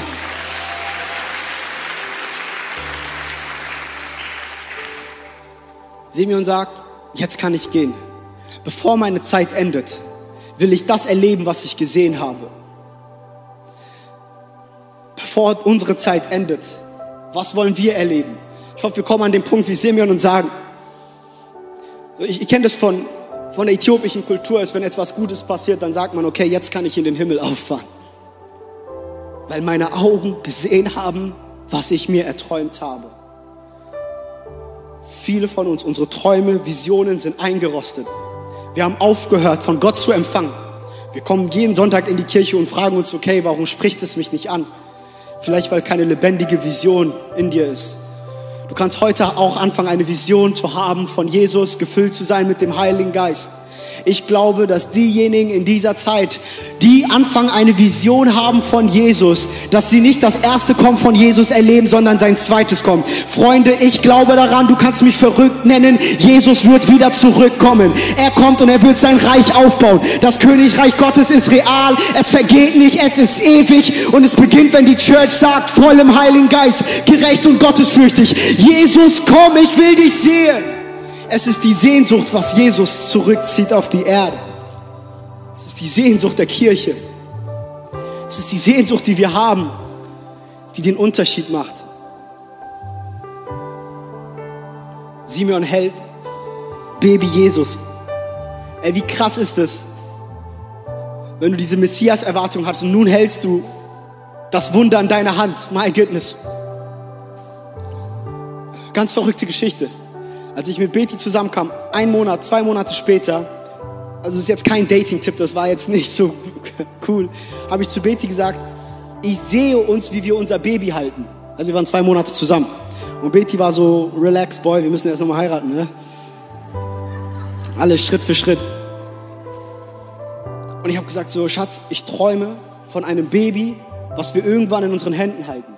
Simeon sagt, jetzt kann ich gehen. Bevor meine Zeit endet, will ich das erleben, was ich gesehen habe. Bevor unsere Zeit endet, was wollen wir erleben? Ich hoffe, wir kommen an den Punkt wie Simeon und sagen, ich kenne das von der äthiopischen Kultur, ist, wenn etwas Gutes passiert, dann sagt man, okay, jetzt kann ich in den Himmel auffahren. Weil meine Augen gesehen haben, was ich mir erträumt habe. Viele von uns, unsere Träume, Visionen sind eingerostet. Wir haben aufgehört, von Gott zu empfangen. Wir kommen jeden Sonntag in die Kirche und fragen uns, okay, warum spricht es mich nicht an? Vielleicht, weil keine lebendige Vision in dir ist. Du kannst heute auch anfangen, eine Vision zu haben von Jesus, gefüllt zu sein mit dem Heiligen Geist. Ich glaube, dass diejenigen in dieser Zeit, die anfangen, eine Vision haben von Jesus, dass sie nicht das erste Kommen von Jesus erleben, sondern sein zweites Kommen. Freunde, ich glaube daran, du kannst mich verrückt nennen, Jesus wird wieder zurückkommen. Er kommt und er wird sein Reich aufbauen. Das Königreich Gottes ist real, es vergeht nicht, es ist ewig und es beginnt, wenn die Church sagt, voll im Heiligen Geist, gerecht und gottesfürchtig. Jesus, komm, ich will dich sehen. Es ist die Sehnsucht, was Jesus zurückzieht auf die Erde. Es ist die Sehnsucht der Kirche. Es ist die Sehnsucht, die wir haben, die den Unterschied macht. Simeon hält Baby Jesus. Ey, wie krass ist es, wenn du diese Messias-Erwartung hast und nun hältst du das Wunder in deiner Hand. My goodness. Ganz verrückte Geschichte. Als ich mit Betty zusammenkam, 1 Monat, 2 Monate später, also das ist jetzt kein Dating-Tipp, das war jetzt nicht so cool, habe ich zu Betty gesagt, ich sehe uns, wie wir unser Baby halten. Also wir waren 2 Monate zusammen. Und Betty war so, relax, Boy, wir müssen erst nochmal heiraten. Ne? Alles Schritt für Schritt. Und ich habe gesagt, so Schatz, ich träume von einem Baby, was wir irgendwann in unseren Händen halten.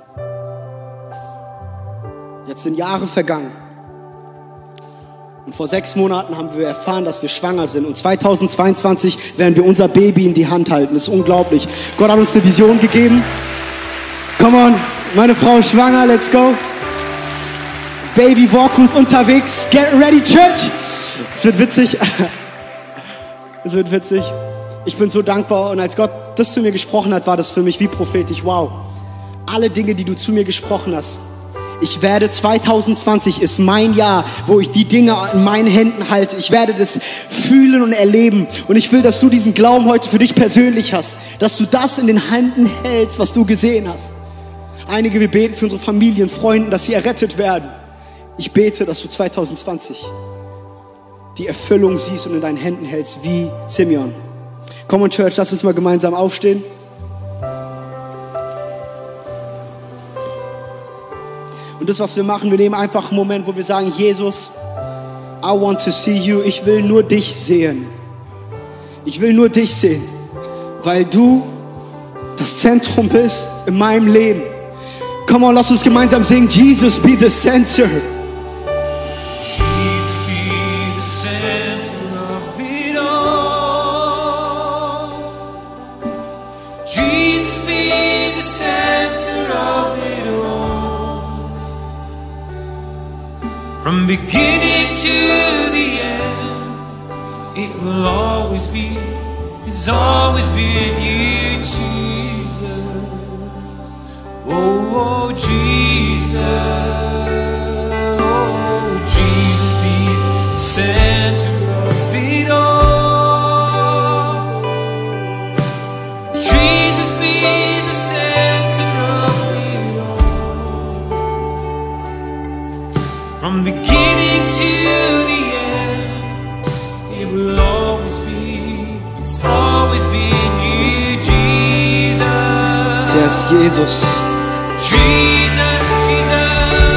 Jetzt sind Jahre vergangen. Und vor 6 Monaten haben wir erfahren, dass wir schwanger sind. Und 2022 werden wir unser Baby in die Hand halten. Das ist unglaublich. Gott hat uns eine Vision gegeben. Come on, meine Frau ist schwanger, let's go. Baby Walk uns unterwegs. Get ready, Church. Es wird witzig. Es wird witzig. Ich bin so dankbar. Und als Gott das zu mir gesprochen hat, war das für mich wie prophetisch. Wow. Alle Dinge, die du zu mir gesprochen hast, Ich werde 2020 ist mein Jahr, wo ich die Dinge in meinen Händen halte. Ich werde das fühlen und erleben. Und ich will, dass du diesen Glauben heute für dich persönlich hast. Dass du das in den Händen hältst, was du gesehen hast. Einige, wir beten für unsere Familien, Freunde, dass sie errettet werden. Ich bete, dass du 2020 die Erfüllung siehst und in deinen Händen hältst, wie Simeon. Komm on Church, lass uns mal gemeinsam aufstehen. Und das, was wir machen, wir nehmen einfach einen Moment, wo wir sagen, Jesus, I want to see you. Ich will nur dich sehen. Ich will nur dich sehen, weil du das Zentrum bist in meinem Leben. Come on, lass uns gemeinsam singen. Jesus, be the center. From beginning to the end, it will always be, it's always been you, Jesus. Oh, Jesus. Oh, Jesus, be the center of it all. Jesus, be the center of it all. From beginning to the end, it will always be, it's always been you, Jesus. Yes, Jesus. Jesus, Jesus,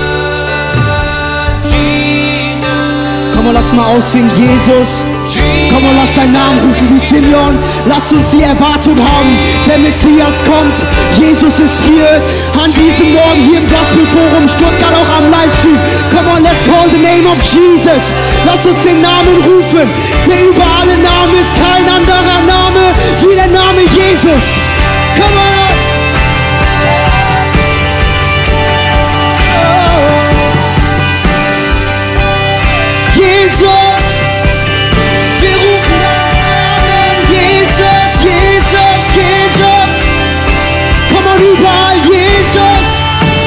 Jesus. Komm on, lass mal aussingen, Jesus. Komm on, lass seinen Namen rufen wie Simeon. Lass uns die Erwartung haben, der Messias kommt. Jesus ist hier an diesem Morgen hier im Gospelforum Stuttgart, auch am Livestream. Come on, let's call the name of Jesus. Lass uns den Namen rufen, der über alle Namen ist. Kein anderer Name wie der Name Jesus. Come on. Jesus, wir rufen an, Jesus, Jesus, Jesus. Komm on, überall, Jesus.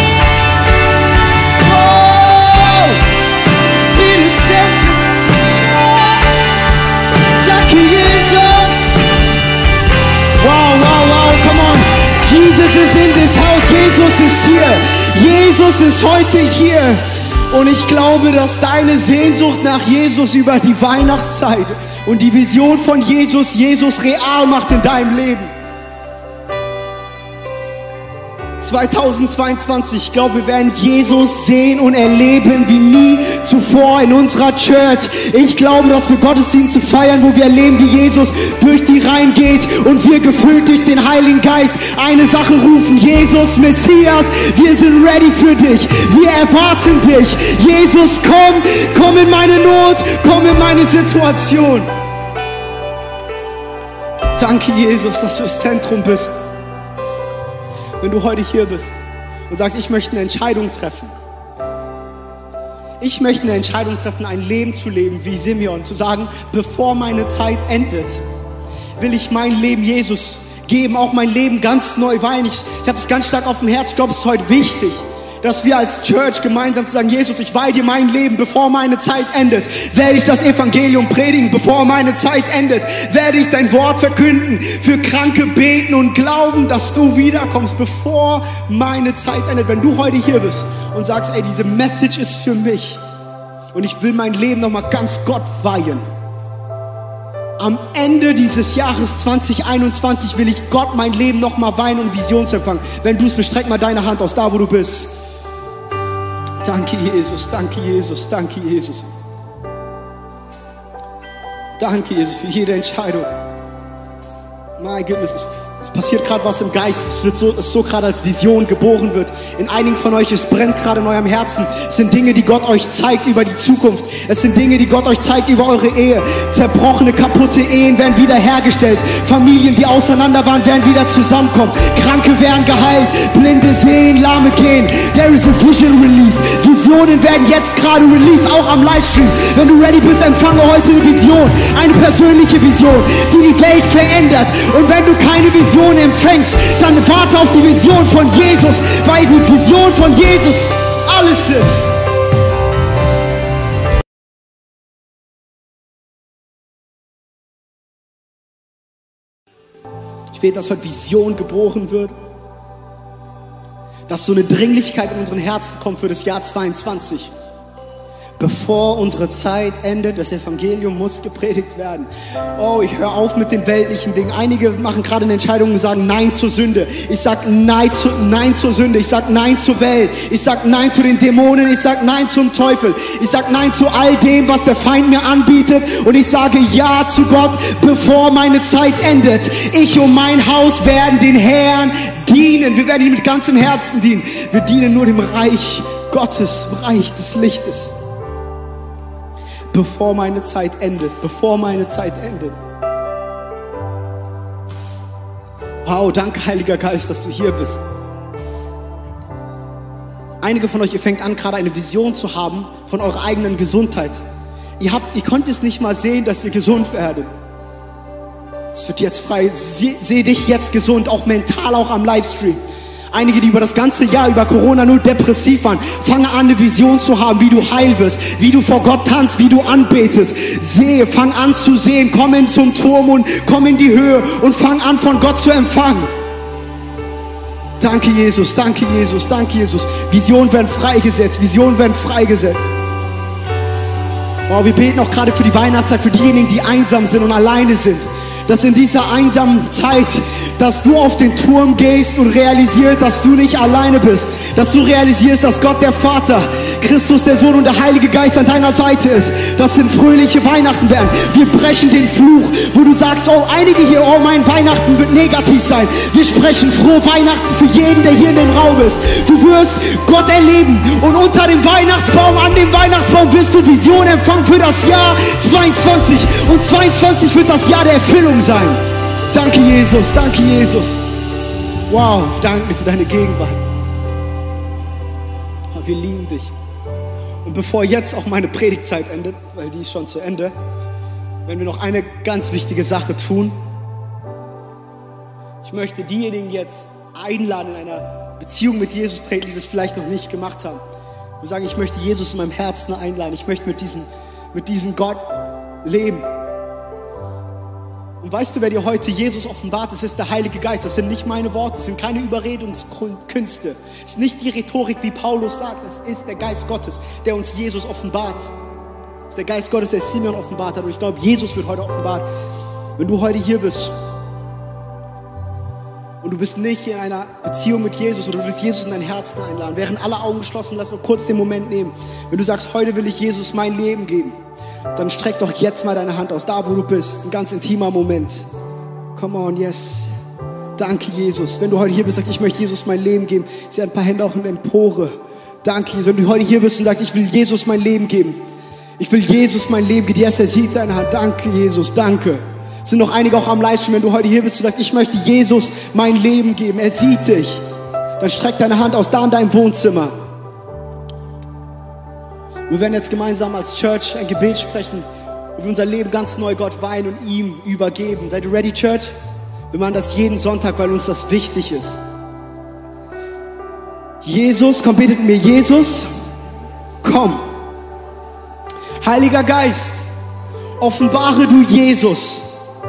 Oh, be the center. Danke, Jesus. Wow, wow, wow, come on. Jesus is in this house, Jesus ist hier. Jesus ist heute hier. Und ich glaube, dass deine Sehnsucht nach Jesus über die Weihnachtszeit und die Vision von Jesus real macht in deinem Leben. 2022, ich glaube, wir werden Jesus sehen und erleben wie nie zuvor in unserer Church. Ich glaube, dass wir Gottesdienste feiern, wo wir erleben, wie Jesus durch die Reihen geht und wir gefüllt durch den Heiligen Geist eine Sache rufen: Jesus, Messias, wir sind ready für dich. Wir erwarten dich. Jesus, komm in meine Not, komm in meine Situation. Danke, Jesus, dass du das Zentrum bist. Wenn du heute hier bist und sagst, ich möchte eine Entscheidung treffen. Ich möchte eine Entscheidung treffen, ein Leben zu leben wie Simeon. Zu sagen, bevor meine Zeit endet, will ich mein Leben Jesus geben, auch mein Leben ganz neu weihen. Ich habe es ganz stark auf dem Herz. Ich glaube, es ist heute wichtig, dass wir als Church gemeinsam zu sagen, Jesus, ich weihe dir mein Leben, bevor meine Zeit endet. Werde ich das Evangelium predigen, bevor meine Zeit endet. Werde ich dein Wort verkünden, für Kranke beten und glauben, dass du wiederkommst, bevor meine Zeit endet. Wenn du heute hier bist und sagst, ey, diese Message ist für mich und ich will mein Leben nochmal ganz Gott weihen. Am Ende dieses Jahres 2021 will ich Gott mein Leben nochmal weihen und Vision zu empfangen. Wenn du es bist, streck mal deine Hand aus, da wo du bist. Danke, Jesus, danke, Jesus, danke, Jesus. Danke, Jesus, für jede Entscheidung. My goodness, es passiert gerade was im Geist. Es wird so gerade als Vision geboren wird. In einigen von euch, es brennt gerade in eurem Herzen. Es sind Dinge, die Gott euch zeigt über die Zukunft. Es sind Dinge, die Gott euch zeigt über eure Ehe. Zerbrochene, kaputte Ehen werden wiederhergestellt. Familien, die auseinander waren, werden wieder zusammenkommen. Kranke werden geheilt. Blinde sehen, Lahme gehen. There is a vision release. Visionen werden jetzt gerade released, auch am Livestream. Wenn du ready bist, empfange heute eine Vision. Eine persönliche Vision, die die Welt verändert. Und wenn du keine Vision empfängst, dann warte auf die Vision von Jesus, weil die Vision von Jesus alles ist. Ich bete, dass heute Vision geboren wird, dass so eine Dringlichkeit in unseren Herzen kommt für das Jahr 22. Bevor unsere Zeit endet, das Evangelium muss gepredigt werden. Oh, ich höre auf mit den weltlichen Dingen. Einige machen gerade eine Entscheidung und sagen Nein zur Sünde. Ich sage Nein zur Sünde. Ich sage Nein zur Welt. Ich sage Nein zu den Dämonen. Ich sage Nein zum Teufel. Ich sage Nein zu all dem, was der Feind mir anbietet. Und ich sage Ja zu Gott, bevor meine Zeit endet. Ich und mein Haus werden den Herrn dienen. Wir werden ihm mit ganzem Herzen dienen. Wir dienen nur dem Reich Gottes, dem Reich des Lichtes. Bevor meine Zeit endet, bevor meine Zeit endet. Wow, danke Heiliger Geist, dass du hier bist. Einige von euch, ihr fängt an, gerade eine Vision zu haben von eurer eigenen Gesundheit. Ihr könnt es nicht mal sehen, dass ihr gesund werdet. Es wird jetzt frei. Seh dich jetzt gesund, auch mental, auch am Livestream. Einige, die über das ganze Jahr, über Corona nur depressiv waren, fange an, eine Vision zu haben, wie du heil wirst, wie du vor Gott tanzt, wie du anbetest. Fang an zu sehen, komm zum Turm und komm in die Höhe und fang an, von Gott zu empfangen. Danke, Jesus, danke, Jesus, danke, Jesus. Visionen werden freigesetzt, Visionen werden freigesetzt. Wow, wir beten auch gerade für die Weihnachtszeit, für diejenigen, die einsam sind und alleine sind. Dass in dieser einsamen Zeit, dass du auf den Turm gehst und realisierst, dass du nicht alleine bist. Dass du realisierst, dass Gott der Vater, Christus der Sohn und der Heilige Geist an deiner Seite ist. Dass es fröhliche Weihnachten werden. Wir brechen den Fluch, wo du sagst, oh, einige hier, oh, mein Weihnachten wird negativ sein. Wir sprechen frohe Weihnachten für jeden, der hier in dem Raum ist. Du wirst Gott erleben und unter dem Weihnachtsbaum, an dem Weihnachtsbaum wirst du Vision empfangen für das Jahr 22. Und 22 wird das Jahr der Erfüllung sein. Danke, Jesus. Danke, Jesus. Wow, danke für deine Gegenwart. Wir lieben dich. Und bevor jetzt auch meine Predigtzeit endet, weil die ist schon zu Ende, werden wir noch eine ganz wichtige Sache tun. Ich möchte diejenigen jetzt einladen, in einer Beziehung mit Jesus treten, die das vielleicht noch nicht gemacht haben. Wir sagen, ich möchte Jesus in meinem Herzen einladen. Ich möchte mit diesem Gott leben. Und weißt du, wer dir heute Jesus offenbart? Das ist der Heilige Geist. Das sind nicht meine Worte, das sind keine Überredungskünste. Es ist nicht die Rhetorik, wie Paulus sagt. Es ist der Geist Gottes, der uns Jesus offenbart. Es ist der Geist Gottes, der Simeon offenbart hat. Und ich glaube, Jesus wird heute offenbart. Wenn du heute hier bist und du bist nicht in einer Beziehung mit Jesus oder du willst Jesus in dein Herzen einladen, während alle Augen geschlossen, lass mal kurz den Moment nehmen. Wenn du sagst, heute will ich Jesus mein Leben geben, dann streck doch jetzt mal deine Hand aus, da wo du bist. Ein ganz intimer Moment. Come on, yes. Danke, Jesus. Wenn du heute hier bist und sagst, ich möchte Jesus mein Leben geben, ich sehe ein paar Hände auch in der Empore. Danke, Jesus. Wenn du heute hier bist und sagst, ich will Jesus mein Leben geben. Ich will Jesus mein Leben geben. Yes, er sieht deine Hand. Danke, Jesus. Danke. Es sind noch einige auch am Livestream. Wenn du heute hier bist und sagst, ich möchte Jesus mein Leben geben. Er sieht dich. Dann streck deine Hand aus, da in deinem Wohnzimmer. Wir werden jetzt gemeinsam als Church ein Gebet sprechen, wo wir unser Leben ganz neu Gott weihen und ihm übergeben. Seid ihr ready, Church? Wir machen das jeden Sonntag, weil uns das wichtig ist. Jesus, komm, betet mit mir. Jesus, komm. Heiliger Geist, offenbare du Jesus.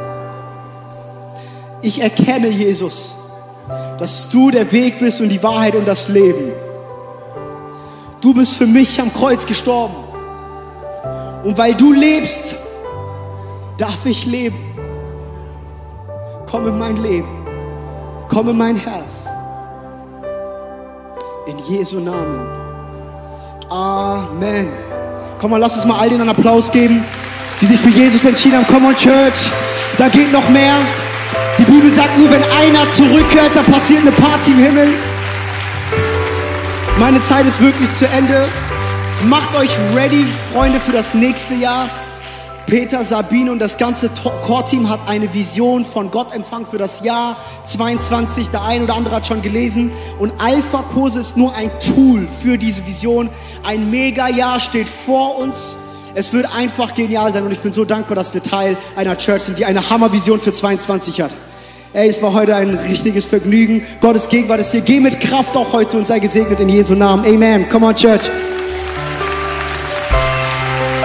Ich erkenne, Jesus, dass du der Weg bist und die Wahrheit und das Leben. Du bist für mich am Kreuz gestorben. Und weil du lebst, darf ich leben. Komm in mein Leben. Komm in mein Herz. In Jesu Namen. Amen. Komm mal, lass uns mal all denen einen Applaus geben, die sich für Jesus entschieden haben. Come on, Church. Da geht noch mehr. Die Bibel sagt nur, wenn einer zurückkehrt, da passiert eine Party im Himmel. Meine Zeit ist wirklich zu Ende. Macht euch ready, Freunde, für das nächste Jahr. Peter, Sabine und das ganze Core-Team hat eine Vision von Gott empfangen für das Jahr 22. Der ein oder andere hat schon gelesen. Und Alpha-Kurse ist nur ein Tool für diese Vision. Ein Mega-Jahr steht vor uns. Es wird einfach genial sein und ich bin so dankbar, dass wir Teil einer Church sind, die eine Hammer-Vision für 22 hat. Ey, es war heute ein richtiges Vergnügen. Gottes Gegenwart ist hier. Geh mit Kraft auch heute und sei gesegnet in Jesu Namen. Amen. Come on, Church.